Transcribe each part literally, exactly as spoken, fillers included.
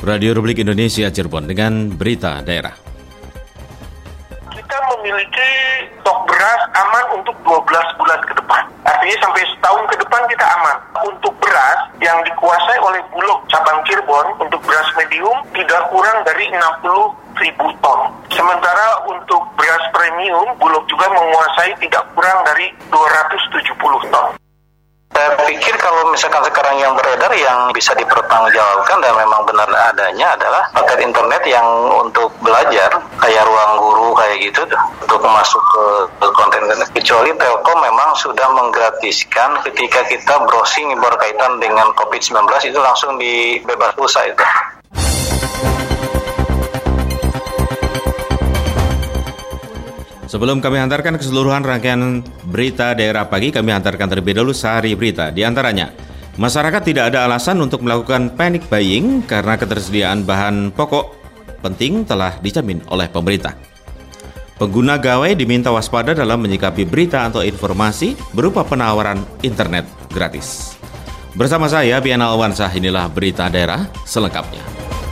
Radio Republik Indonesia Cirebon dengan berita daerah. Kita memiliki stok beras aman untuk dua belas bulan ke depan. Artinya sampai setahun ke depan kita aman. Untuk beras yang dikuasai oleh Bulog cabang Cirebon, untuk beras medium tidak kurang dari enam puluh ribu ton. Sementara untuk beras premium, Bulog juga menguasai tidak kurang dari dua ratus tujuh puluh ton. Saya pikir kalau misalkan sekarang yang beredar yang bisa dipertanggungjawabkan dan memang benar adanya adalah paket internet yang untuk belajar kayak ruang guru kayak gitu tuh, untuk masuk ke, ke konten. Kecuali Telkom memang sudah menggratiskan ketika kita browsing berkaitan dengan covid sembilan belas itu langsung di bebas pulsa itu. Sebelum kami hantarkan keseluruhan rangkaian berita daerah pagi, kami hantarkan terlebih dahulu sehari berita. Di antaranya, masyarakat tidak ada alasan untuk melakukan panic buying karena ketersediaan bahan pokok penting telah dijamin oleh pemerintah. Pengguna gawai diminta waspada dalam menyikapi berita atau informasi berupa penawaran internet gratis. Bersama saya, Biana Alwansah, inilah berita daerah selengkapnya.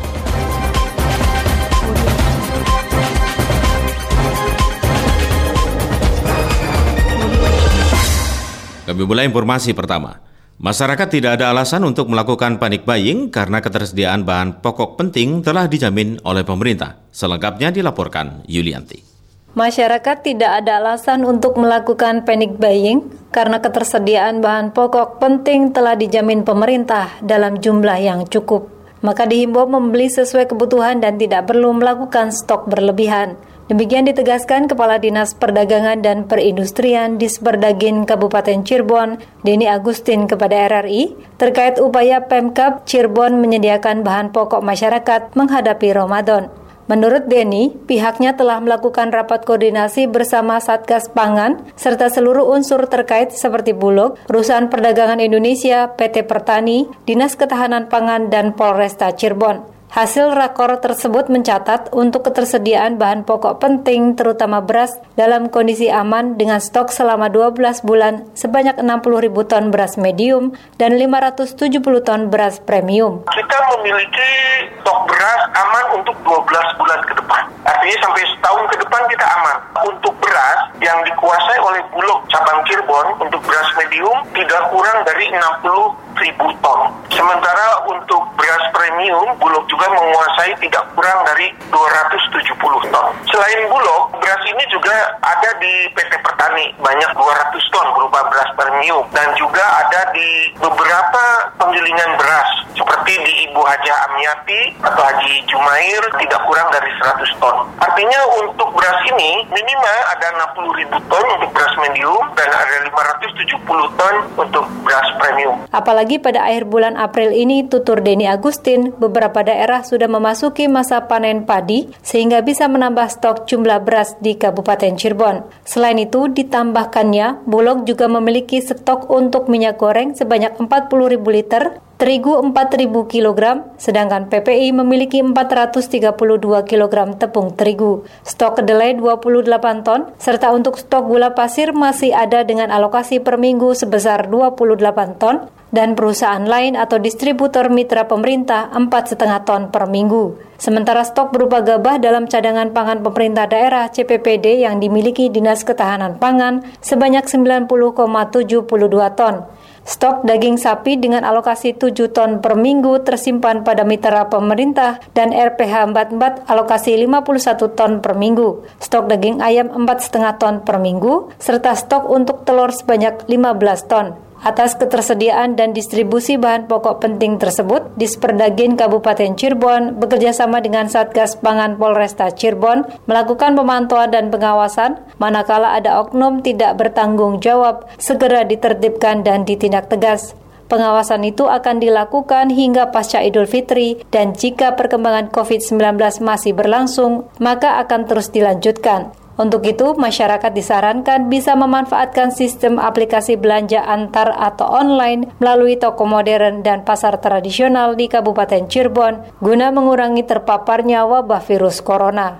Kami mulai informasi pertama. Masyarakat tidak ada alasan untuk melakukan panic buying karena ketersediaan bahan pokok penting telah dijamin oleh pemerintah. Selengkapnya dilaporkan Yulianti. Masyarakat tidak ada alasan untuk melakukan panic buying karena ketersediaan bahan pokok penting telah dijamin pemerintah dalam jumlah yang cukup. Maka dihimbau membeli sesuai kebutuhan dan tidak perlu melakukan stok berlebihan. Demikian ditegaskan Kepala Dinas Perdagangan dan Perindustrian Disperdagin Kabupaten Cirebon, Denny Agustin kepada R R I, terkait upaya Pemkab Cirebon menyediakan bahan pokok masyarakat menghadapi Ramadan. Menurut Denny, pihaknya telah melakukan rapat koordinasi bersama Satgas Pangan serta seluruh unsur terkait seperti Bulog, Perusahaan Perdagangan Indonesia, P T Pertani, Dinas Ketahanan Pangan, dan Polresta Cirebon. Hasil rakor tersebut mencatat untuk ketersediaan bahan pokok penting terutama beras dalam kondisi aman dengan stok selama dua belas bulan sebanyak enam puluh ribu ton beras medium dan lima ratus tujuh puluh ton beras premium. Kita memiliki stok beras aman untuk dua belas bulan ke depan. Artinya sampai setahun ke depan kita aman. Untuk beras yang dikuasai oleh Bulog cabang Cirebon, untuk beras medium tidak kurang dari enam puluh ribu ton. Sementara untuk beras premium, Bulog juga menguasai tidak kurang dari dua ratus tujuh puluh ton. Selain Bulog, beras ini juga ada di P T Pertani, banyak dua ratus ton berupa beras premium. Dan juga ada di beberapa penggilingan beras, seperti di Ibu Haja Amiyati atau Haji Jumair, tidak kurang dari seratus ton. Artinya untuk beras ini, minimal ada enam puluh ribu ton untuk beras medium dan ada lima ratus tujuh puluh ton untuk beras premium. Apalagi pada akhir bulan April ini, tutur Denny Agustin, beberapa daerah sudah memasuki masa panen padi sehingga bisa menambah stok jumlah beras di Kabupaten Cirebon. Selain itu, ditambahkannya, Bulog juga memiliki stok untuk minyak goreng sebanyak empat puluh ribu liter, terigu empat ribu kilogram, sedangkan P P I memiliki empat ratus tiga puluh dua kilogram tepung terigu, stok kedelai dua puluh delapan ton, serta untuk stok gula pasir masih ada dengan alokasi per minggu sebesar dua puluh delapan ton, dan perusahaan lain atau distributor mitra pemerintah empat koma lima ton per minggu. Sementara stok berupa gabah dalam cadangan pangan pemerintah daerah C P P D yang dimiliki Dinas Ketahanan Pangan sebanyak sembilan puluh koma tujuh dua ton. Stok daging sapi dengan alokasi tujuh ton per minggu tersimpan pada mitra pemerintah dan R P H empat puluh empat alokasi lima puluh satu ton per minggu. Stok daging ayam empat koma lima ton per minggu, serta stok untuk telur sebanyak lima belas ton. Atas ketersediaan dan distribusi bahan pokok penting tersebut, Disperdagin Kabupaten Cirebon bekerjasama dengan Satgas Pangan Polresta Cirebon melakukan pemantauan dan pengawasan, manakala ada oknum tidak bertanggung jawab, segera ditertibkan dan ditindak tegas. Pengawasan itu akan dilakukan hingga pasca Idul Fitri, dan jika perkembangan covid sembilan belas masih berlangsung, maka akan terus dilanjutkan. Untuk itu, masyarakat disarankan bisa memanfaatkan sistem aplikasi belanja antar atau online melalui toko modern dan pasar tradisional di Kabupaten Cirebon guna mengurangi terpaparnya wabah virus corona.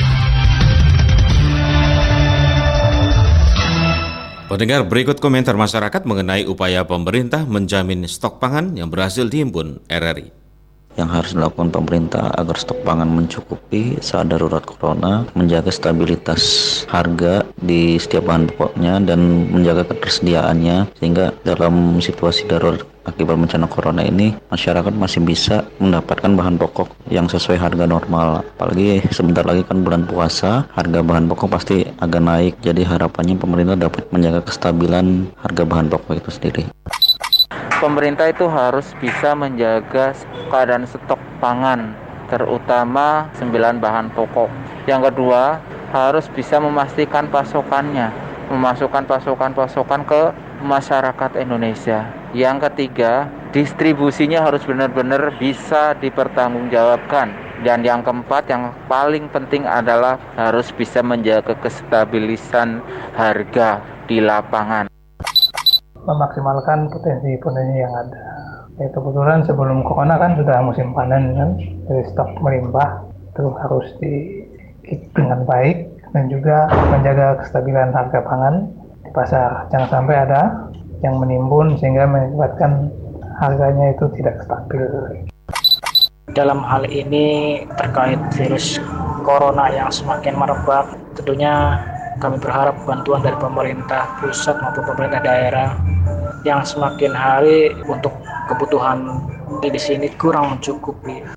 Pendengar, berikut komentar masyarakat mengenai upaya pemerintah menjamin stok pangan yang berhasil dihimpun R R I. yang harus dilakukan pemerintah agar stok pangan mencukupi saat darurat corona, menjaga stabilitas harga di setiap bahan pokoknya dan menjaga ketersediaannya, sehingga dalam situasi darurat akibat bencana corona ini masyarakat masih bisa mendapatkan bahan pokok yang sesuai harga normal. Apalagi sebentar lagi kan bulan puasa, harga bahan pokok pasti agak naik. Jadi harapannya pemerintah dapat menjaga kestabilan harga bahan pokok itu sendiri. Pemerintah itu harus bisa menjaga keadaan stok pangan, terutama sembilan bahan pokok. Yang kedua, harus bisa memastikan pasokannya, memasukkan pasokan-pasokan ke masyarakat Indonesia. Yang ketiga, distribusinya harus benar-benar bisa dipertanggungjawabkan. Dan yang keempat, yang paling penting adalah harus bisa menjaga kestabilisan harga di lapangan. Memaksimalkan potensi-potensi yang ada. Ya, kebetulan sebelum corona kan sudah musim panen kan, jadi stok melimpah, itu harus dikeep dengan baik dan juga menjaga kestabilan harga pangan di pasar. Jangan sampai ada yang menimbun sehingga menyebabkan harganya itu tidak stabil. Dalam hal ini terkait virus corona yang semakin merebak, tentunya kami berharap bantuan dari pemerintah pusat maupun pemerintah daerah yang semakin hari untuk kebutuhan di sini kurang mencukupi.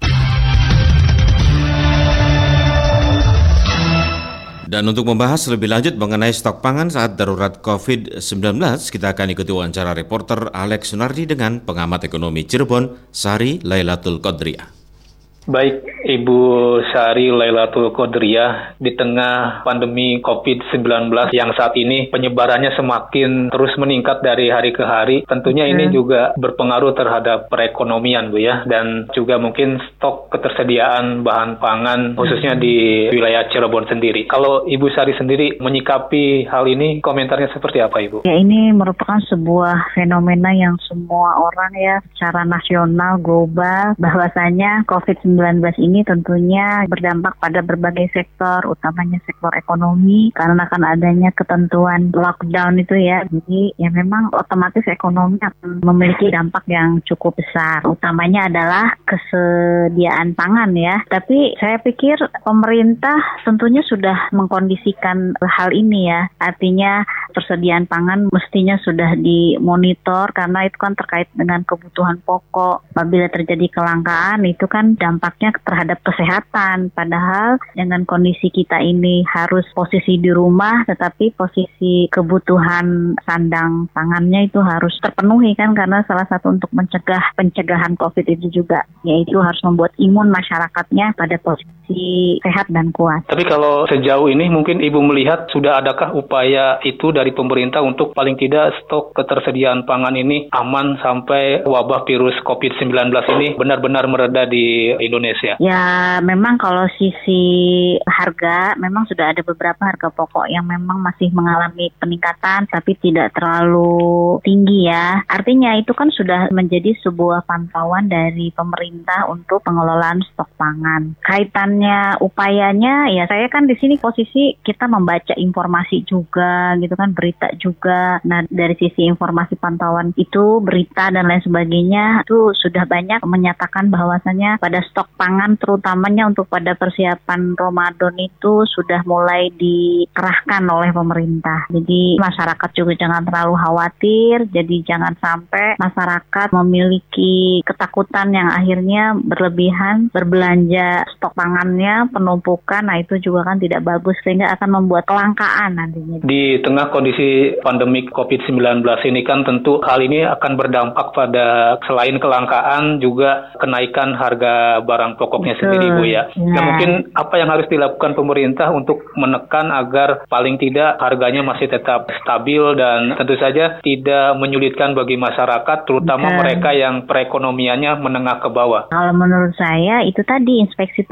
Dan untuk membahas lebih lanjut mengenai stok pangan saat darurat covid sembilan belas, kita akan ikuti wawancara reporter Alex Sunardi dengan pengamat ekonomi Cirebon, Sari Lailatul Qodriyah. Baik, Ibu Sari Lailatul Qodriyah, di tengah pandemi covid sembilan belas yang saat ini penyebarannya semakin terus meningkat dari hari ke hari, tentunya hmm. ini juga berpengaruh terhadap perekonomian, Bu ya, dan juga mungkin stok ketersediaan bahan pangan khususnya di wilayah Cirebon sendiri. Kalau Ibu Sari sendiri menyikapi hal ini, komentarnya seperti apa, Ibu? Ya, ini merupakan sebuah fenomena yang semua orang ya secara nasional, global, bahwasanya covid sembilan belas ini tentunya berdampak pada berbagai sektor, utamanya sektor ekonomi, karena akan adanya ketentuan lockdown itu ya. Jadi ya memang otomatis ekonomi akan memiliki dampak yang cukup besar. Utamanya adalah kesediaan pangan ya. Tapi saya pikir pemerintah tentunya sudah mengkondisikan hal ini ya. Artinya persediaan pangan mestinya sudah dimonitor karena itu kan terkait dengan kebutuhan pokok. Apabila terjadi kelangkaan itu kan dampaknya terhadap kesehatan. Padahal dengan kondisi kita ini harus posisi di rumah, tetapi posisi kebutuhan sandang pangannya itu harus terpenuhi kan, karena salah satu untuk mencegah pencegahan COVID itu juga yaitu harus membuat imun masyarakatnya pada posisi sehat dan kuat. Tapi kalau sejauh ini mungkin Ibu melihat sudah adakah upaya itu dari pemerintah untuk paling tidak stok ketersediaan pangan ini aman sampai wabah virus covid sembilan belas ini benar-benar mereda di Indonesia? Ya memang kalau sisi harga memang sudah ada beberapa harga pokok yang memang masih mengalami peningkatan tapi tidak terlalu tinggi ya. Artinya itu kan sudah menjadi sebuah pantauan dari pemerintah untuk pengelolaan stok pangan. Kaitannya upayanya ya saya kan di sini posisi kita membaca informasi juga gitu kan, berita juga. Nah dari sisi informasi pantauan itu berita dan lain sebagainya itu sudah banyak menyatakan bahwasannya pada stok pangan terutamanya untuk pada persiapan Ramadan itu sudah mulai dikerahkan oleh pemerintah. Jadi masyarakat juga jangan terlalu khawatir, jadi jangan sampai masyarakat memiliki ketakutan yang akhirnya berlebihan berbelanja stok pangannya, penumpukan, nah itu juga kan tidak bagus sehingga akan membuat kelangkaan nantinya. Di tengah kondisi pandemi covid sembilan belas ini kan tentu hal ini akan berdampak pada selain kelangkaan juga kenaikan harga barang pokoknya Betul. sendiri, Bu ya. ya. Nah mungkin apa yang harus dilakukan pemerintah untuk menekan agar paling tidak harganya masih tetap stabil dan tentu saja tidak menyulitkan bagi masyarakat, terutama Betul. mereka yang perekonomiannya menengah ke bawah? Kalau menurut saya itu tadi inspeksi pasar.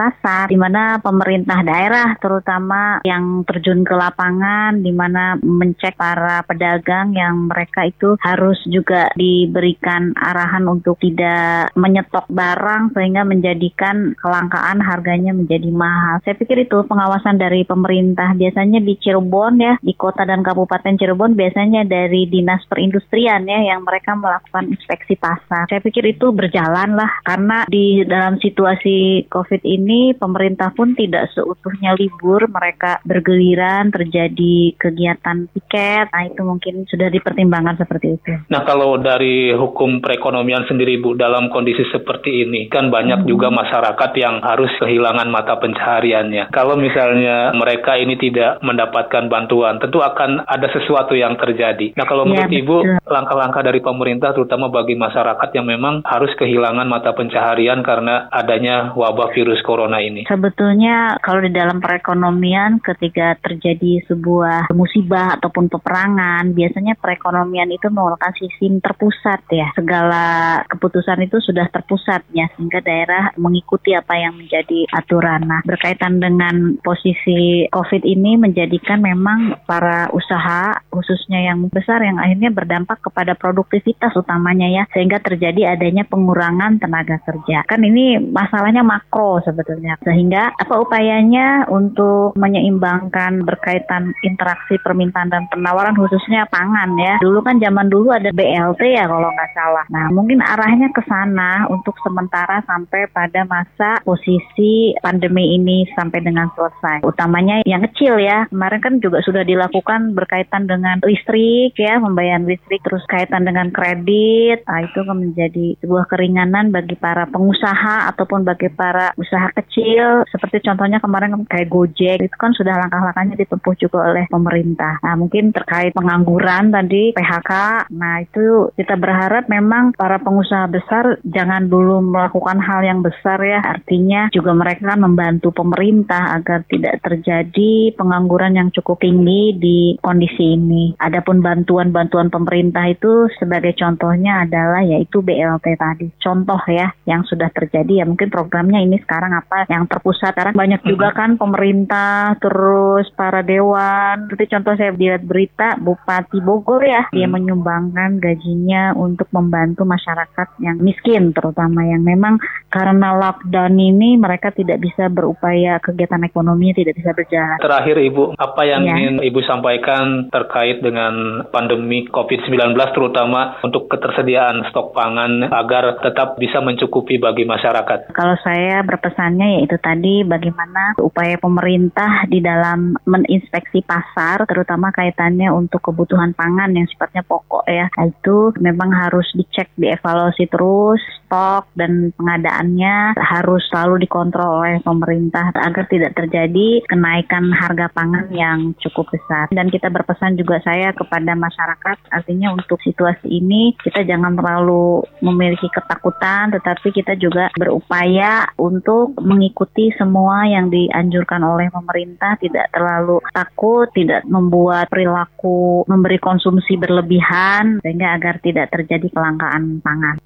masyarakat, di mana pemerintah daerah terutama yang terjun ke lapangan, di mana mencek para pedagang yang mereka itu harus juga diberikan arahan untuk tidak menyetok barang sehingga menjadikan kelangkaan harganya menjadi mahal. Saya pikir itu pengawasan dari pemerintah. Biasanya di Cirebon ya, di kota dan kabupaten Cirebon biasanya dari Dinas Perindustrian ya yang mereka melakukan inspeksi pasar. Saya pikir itu berjalan lah, karena di dalam situasi COVID ini pemerintah pun tidak seutuhnya libur, mereka bergiliran terjadi kegiatan piket. Nah itu mungkin sudah dipertimbangkan seperti itu. Nah kalau dari hukum perekonomian sendiri Bu, dalam kondisi seperti ini kan banyak hmm. juga masyarakat yang harus kehilangan mata pencahariannya. Kalau misalnya mereka ini tidak mendapatkan bantuan, tentu akan ada sesuatu yang terjadi. Nah kalau menurut ya, Ibu, betul. langkah-langkah dari pemerintah terutama bagi masyarakat yang memang harus kehilangan mata pencaharian karena adanya wabah virus corona ini. Sebetulnya kalau di dalam perekonomian ketika terjadi sebuah musibah ataupun peperangan, biasanya perekonomian itu merupakan sistem terpusat ya. Segala keputusan itu sudah terpusat ya, sehingga daerah mengikuti apa yang menjadi aturan. Nah, berkaitan dengan posisi COVID ini menjadikan memang para usaha khususnya yang besar yang akhirnya berdampak kepada produktivitas utamanya ya, sehingga terjadi adanya pengurangan tenaga kerja. Kan ini masalahnya makro sebetulnya. Sehingga apa upayanya untuk menyeimbangkan berkaitan interaksi permintaan dan penawaran khususnya pangan ya. Dulu kan zaman dulu ada B L T ya kalau nggak salah. Nah mungkin arahnya ke sana untuk sementara sampai pada masa posisi pandemi ini sampai dengan selesai. Utamanya yang kecil ya. Kemarin kan juga sudah dilakukan berkaitan dengan listrik ya, pembayaran listrik, terus kaitan dengan kredit. Nah, itu kan menjadi sebuah keringanan bagi para pengusaha ataupun bagi para usaha kecil. Seperti contohnya kemarin kayak Gojek, itu kan sudah langkah-langkahnya ditempuh juga oleh pemerintah. Nah, mungkin terkait pengangguran tadi, P H K, nah itu kita berharap memang para pengusaha besar jangan dulu melakukan hal yang besar ya. Artinya juga mereka kan membantu pemerintah agar tidak terjadi pengangguran yang cukup tinggi di kondisi ini. Adapun bantuan-bantuan pemerintah itu sebagai contohnya adalah yaitu B L T tadi. Contoh ya yang sudah terjadi ya, mungkin programnya ini sekarang apa yang terpusat. Karena banyak juga kan pemerintah terus para dewan. Seperti contoh saya lihat berita Bupati Bogor ya, dia menyumbangkan gajinya untuk membantu masyarakat yang miskin, terutama yang memang karena lockdown ini mereka tidak bisa berupaya, kegiatan ekonominya tidak bisa berjalan. Terakhir Ibu, apa yang ya. ingin Ibu sampaikan terkait dengan pandemi covid sembilan belas terutama untuk ketersediaan stok pangan agar tetap bisa mencukupi bagi masyarakat? Kalau saya berpesannya yaitu tadi bagaimana upaya pemerintah di dalam meninspeksi pasar, terutama kaitannya untuk kebutuhan pangan yang sifatnya pokok ya. Itu memang harus dicek, dievaluasi terus, stok dan pengadaannya harus selalu dikontrol oleh pemerintah agar tidak terjadi kenaikan harga pangan yang cukup besar. Dan kita berpesan juga saya kepada masyarakat, artinya untuk situasi ini kita jangan terlalu memiliki ketakutan, tetapi kita juga berupaya untuk mengikuti semua yang dianjurkan oleh pemerintah, tidak terlalu takut, tidak membuat perilaku memberi konsumsi berlebihan sehingga agar tidak terjadi kelangkaan pangan.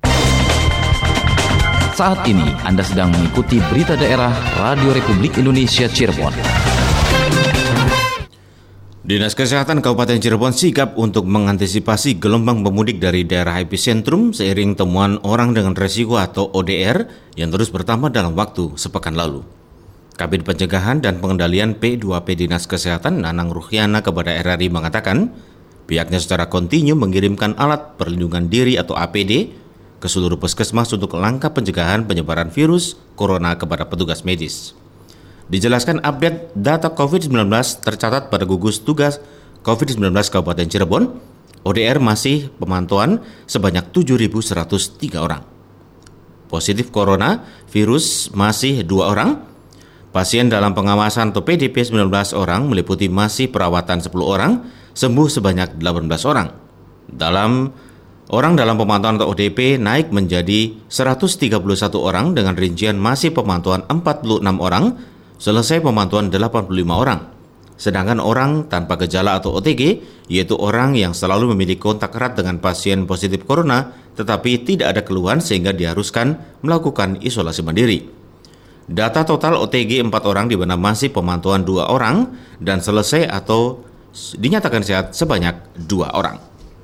Saat ini Anda sedang mengikuti berita daerah Radio Republik Indonesia Cirebon. Dinas Kesehatan Kabupaten Cirebon sigap untuk mengantisipasi gelombang pemudik dari daerah epicentrum seiring temuan orang dengan resiko atau O D R yang terus bertambah dalam waktu sepekan lalu. Kabid Pencegahan dan Pengendalian P dua P Dinas Kesehatan Nanang Ruhiana kepada R R I mengatakan pihaknya secara kontinu mengirimkan alat perlindungan diri atau A P D ke seluruh puskesmas untuk langkah pencegahan penyebaran virus corona kepada petugas medis. Dijelaskan update data covid sembilan belas tercatat pada gugus tugas covid sembilan belas Kabupaten Cirebon, O D R masih pemantauan sebanyak tujuh ribu seratus tiga orang. Positif corona virus masih dua orang. Pasien dalam pengawasan atau P D P sembilan belas orang, meliputi masih perawatan sepuluh orang, sembuh sebanyak delapan belas orang. Dalam Orang dalam pemantauan atau O D P naik menjadi seratus tiga puluh satu orang dengan rincian masih pemantauan empat puluh enam orang, selesai pemantauan delapan puluh lima orang. Sedangkan orang tanpa gejala atau O T G, yaitu orang yang selalu memiliki kontak erat dengan pasien positif corona, tetapi tidak ada keluhan sehingga diharuskan melakukan isolasi mandiri. Data total O T G empat orang di mana masih pemantauan dua orang dan selesai atau dinyatakan sehat sebanyak dua orang.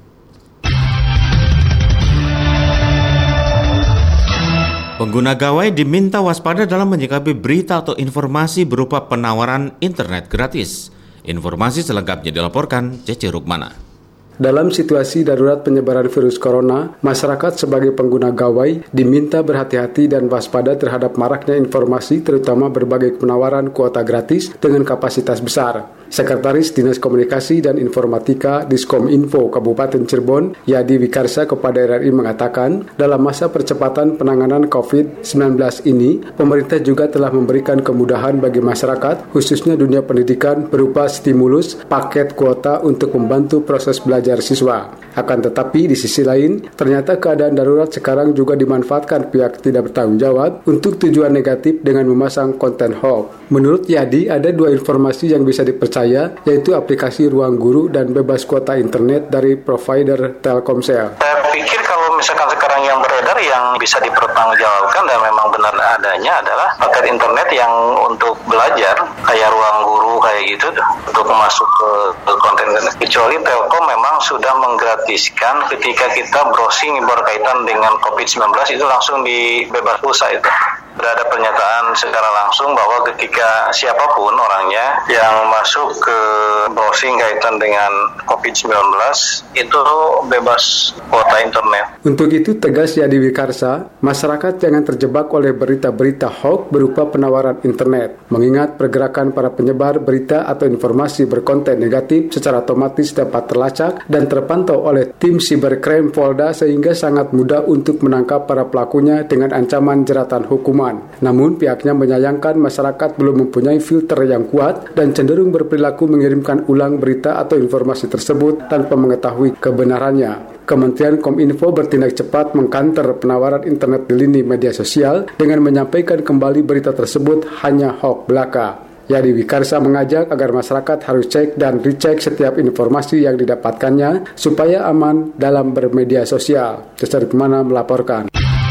Pengguna gawai diminta waspada dalam menyikapi berita atau informasi berupa penawaran internet gratis. Informasi selengkapnya dilaporkan Cece Rukmana. Dalam situasi darurat penyebaran virus corona, masyarakat sebagai pengguna gawai diminta berhati-hati dan waspada terhadap maraknya informasi terutama berbagai penawaran kuota gratis dengan kapasitas besar. Sekretaris Dinas Komunikasi dan Informatika Diskominfo Kabupaten Cirebon, Yadi Wikarsa kepada R R I mengatakan, dalam masa percepatan penanganan covid sembilan belas ini, pemerintah juga telah memberikan kemudahan bagi masyarakat, khususnya dunia pendidikan berupa stimulus paket kuota untuk membantu proses belajar siswa. Akan tetapi di sisi lain, ternyata keadaan darurat sekarang juga dimanfaatkan pihak tidak bertanggung jawab untuk tujuan negatif dengan memasang konten hoax. Menurut Yadi, ada dua informasi yang bisa dipercaya, yaitu aplikasi Ruang Guru dan bebas kuota internet dari provider Telkomsel. Saya pikir kalau misalkan sekarang yang beredar yang bisa dipertanggungjawabkan dan memang benar adanya adalah paket internet yang untuk belajar, kayak Ruang Guru kayak gitu, untuk masuk ke, ke konten internet. Kecuali Telkom memang sudah menggratiskan ketika kita browsing berkaitan dengan covid sembilan belas itu langsung di bebas pulsa itu. Berada pernyataan secara langsung bahwa ketika siapapun orangnya yang masuk ke browsing kaitan dengan covid sembilan belas itu bebas kuota internet. Untuk itu tegas Yadi Wikarsa, masyarakat jangan terjebak oleh berita-berita hoax berupa penawaran internet. Mengingat pergerakan para penyebar berita atau informasi berkonten negatif secara otomatis dapat terlacak dan terpantau oleh tim Cybercrime Polda sehingga sangat mudah untuk menangkap para pelakunya dengan ancaman jeratan hukuman. Namun pihaknya menyayangkan masyarakat belum mempunyai filter yang kuat dan cenderung berperilaku mengirimkan ulang berita atau informasi tersebut tanpa mengetahui kebenarannya. Kementerian Kominfo bertindak cepat mengkanter penawaran internet di lini media sosial dengan menyampaikan kembali berita tersebut hanya hoax belaka. Yadi Wikarsa mengajak agar masyarakat harus cek dan dicek setiap informasi yang didapatkannya supaya aman dalam bermedia sosial. Cesar Kemana melaporkan.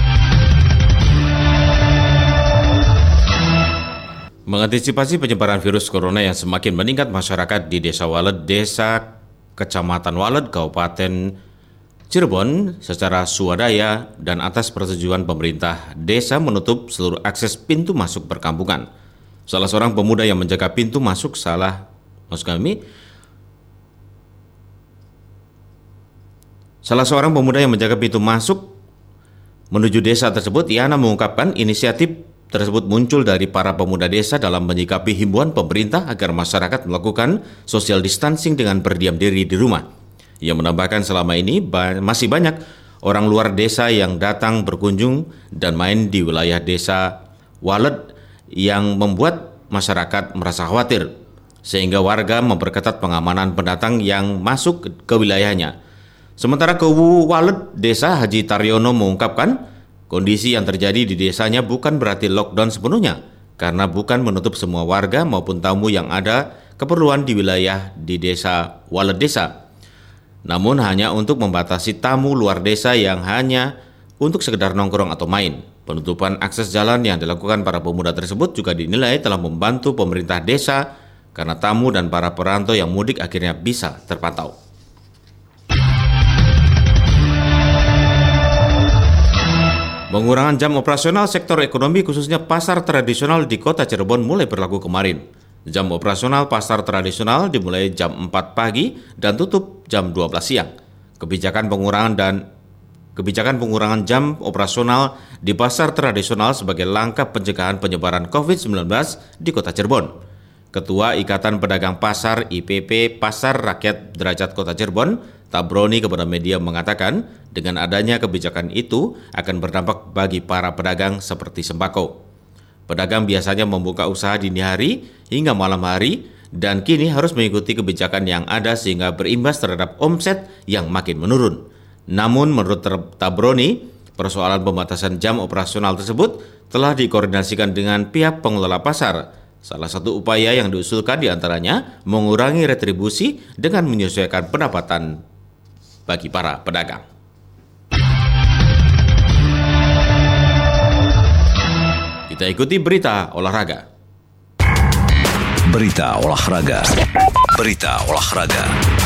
Mengantisipasi penyebaran virus corona yang semakin meningkat, masyarakat di Desa Walet, Desa Kecamatan Walet, Kabupaten Cirebon secara swadaya dan atas persetujuan pemerintah desa menutup seluruh akses pintu masuk perkampungan. Salah seorang pemuda yang menjaga pintu masuk salah maksud kami Salah seorang pemuda yang menjaga pintu masuk menuju desa tersebut, Yana mengungkapkan inisiatif tersebut muncul dari para pemuda desa dalam menyikapi himbauan pemerintah agar masyarakat melakukan social distancing dengan berdiam diri di rumah. Ia menambahkan selama ini ba- masih banyak orang luar desa yang datang berkunjung dan main di wilayah desa Walet yang membuat masyarakat merasa khawatir, sehingga warga memperketat pengamanan pendatang yang masuk ke wilayahnya. Sementara Kubu Walet Desa Haji Taryono mengungkapkan kondisi yang terjadi di desanya bukan berarti lockdown sepenuhnya, karena bukan menutup semua warga maupun tamu yang ada keperluan di wilayah di desa Walet Desa. Namun hanya untuk membatasi tamu luar desa yang hanya untuk sekedar nongkrong atau main. Penutupan akses jalan yang dilakukan para pemuda tersebut juga dinilai telah membantu pemerintah desa karena tamu dan para perantau yang mudik akhirnya bisa terpantau. Pengurangan jam operasional sektor ekonomi khususnya pasar tradisional di kota Cirebon mulai berlaku kemarin. Jam operasional pasar tradisional dimulai jam empat pagi dan tutup jam dua belas siang. Kebijakan pengurangan dan kebijakan pengurangan jam operasional di pasar tradisional sebagai langkah pencegahan penyebaran covid sembilan belas di kota Cirebon. Ketua Ikatan Pedagang Pasar I P P Pasar Rakyat Derajat Kota Cirebon, Tabroni kepada media mengatakan dengan adanya kebijakan itu akan berdampak bagi para pedagang seperti sembako. Pedagang biasanya membuka usaha dini hari hingga malam hari dan kini harus mengikuti kebijakan yang ada sehingga berimbas terhadap omset yang makin menurun. Namun menurut Tabroni, persoalan pembatasan jam operasional tersebut telah dikoordinasikan dengan pihak pengelola pasar. Salah satu upaya yang diusulkan diantaranya mengurangi retribusi dengan menyesuaikan pendapatan bagi para pedagang. Kita ikuti berita olahraga. Berita olahraga. Berita olahraga.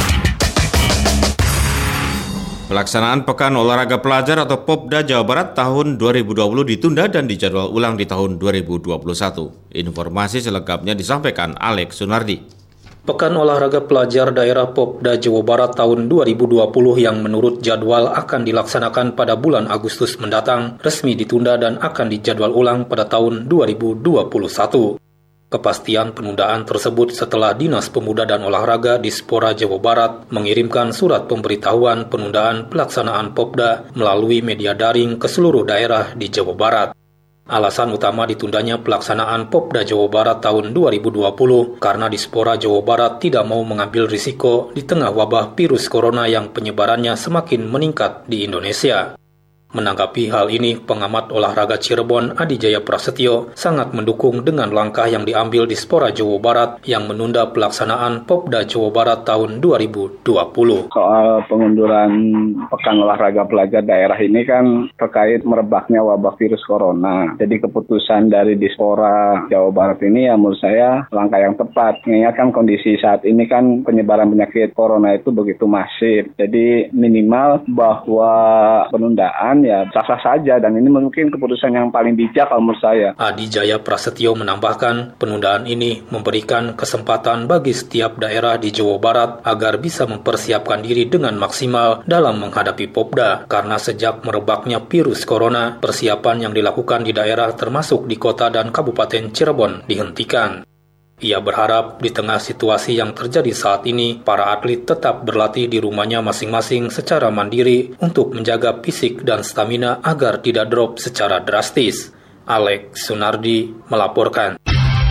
Pelaksanaan Pekan Olahraga Pelajar atau Popda Jawa Barat tahun dua ribu dua puluh ditunda dan dijadwal ulang di tahun dua ribu dua puluh satu. Informasi selengkapnya disampaikan Alex Sunardi. Pekan Olahraga Pelajar Daerah Popda Jawa Barat tahun dua ribu dua puluh yang menurut jadwal akan dilaksanakan pada bulan Agustus mendatang resmi ditunda dan akan dijadwal ulang pada tahun dua ribu dua puluh satu. Kepastian penundaan tersebut setelah Dinas Pemuda dan Olahraga Dispora Jawa Barat mengirimkan surat pemberitahuan penundaan pelaksanaan Popda melalui media daring ke seluruh daerah di Jawa Barat. Alasan utama ditundanya pelaksanaan Popda Jawa Barat tahun dua ribu dua puluh karena Dispora Jawa Barat tidak mau mengambil risiko di tengah wabah virus corona yang penyebarannya semakin meningkat di Indonesia. Menanggapi hal ini, pengamat olahraga Cirebon Adi Jaya Prasetyo sangat mendukung dengan langkah yang diambil Dispora Jawa Barat yang menunda pelaksanaan Popda Jawa Barat tahun dua ribu dua puluh. Soal pengunduran Pekan Olahraga Pelajar daerah ini kan terkait merebaknya wabah virus corona. Jadi keputusan dari Dispora Jawa Barat ini ya menurut saya langkah yang tepat. Mengingatkan kondisi saat ini kan penyebaran penyakit corona itu begitu masif. Jadi minimal bahwa penundaan ya sah-sah saja dan ini mungkin keputusan yang paling bijak kalau menurut saya. Adi Jaya Prasetyo menambahkan penundaan ini memberikan kesempatan bagi setiap daerah di Jawa Barat agar bisa mempersiapkan diri dengan maksimal dalam menghadapi Popda karena sejak merebaknya virus corona persiapan yang dilakukan di daerah termasuk di kota dan Kabupaten Cirebon dihentikan. Ia berharap di tengah situasi yang terjadi saat ini, para atlet tetap berlatih di rumahnya masing-masing secara mandiri untuk menjaga fisik dan stamina agar tidak drop secara drastis. Alex Sunardi melaporkan.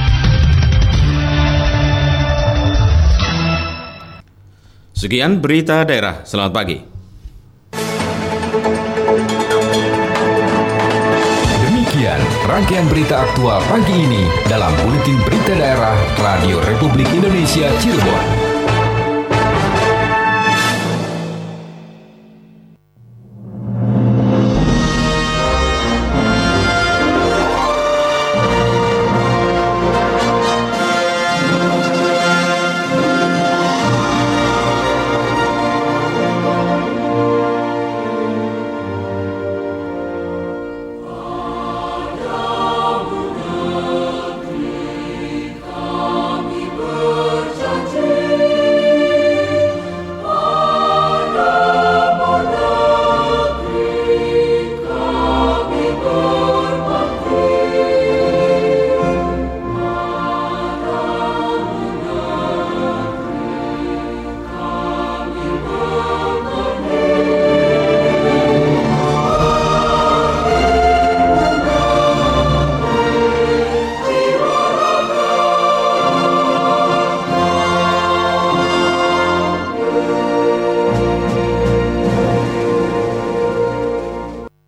Sekian berita daerah. Selamat pagi. Rangkaian berita aktual pagi ini dalam Buletin Berita Daerah Radio Republik Indonesia Cirebon.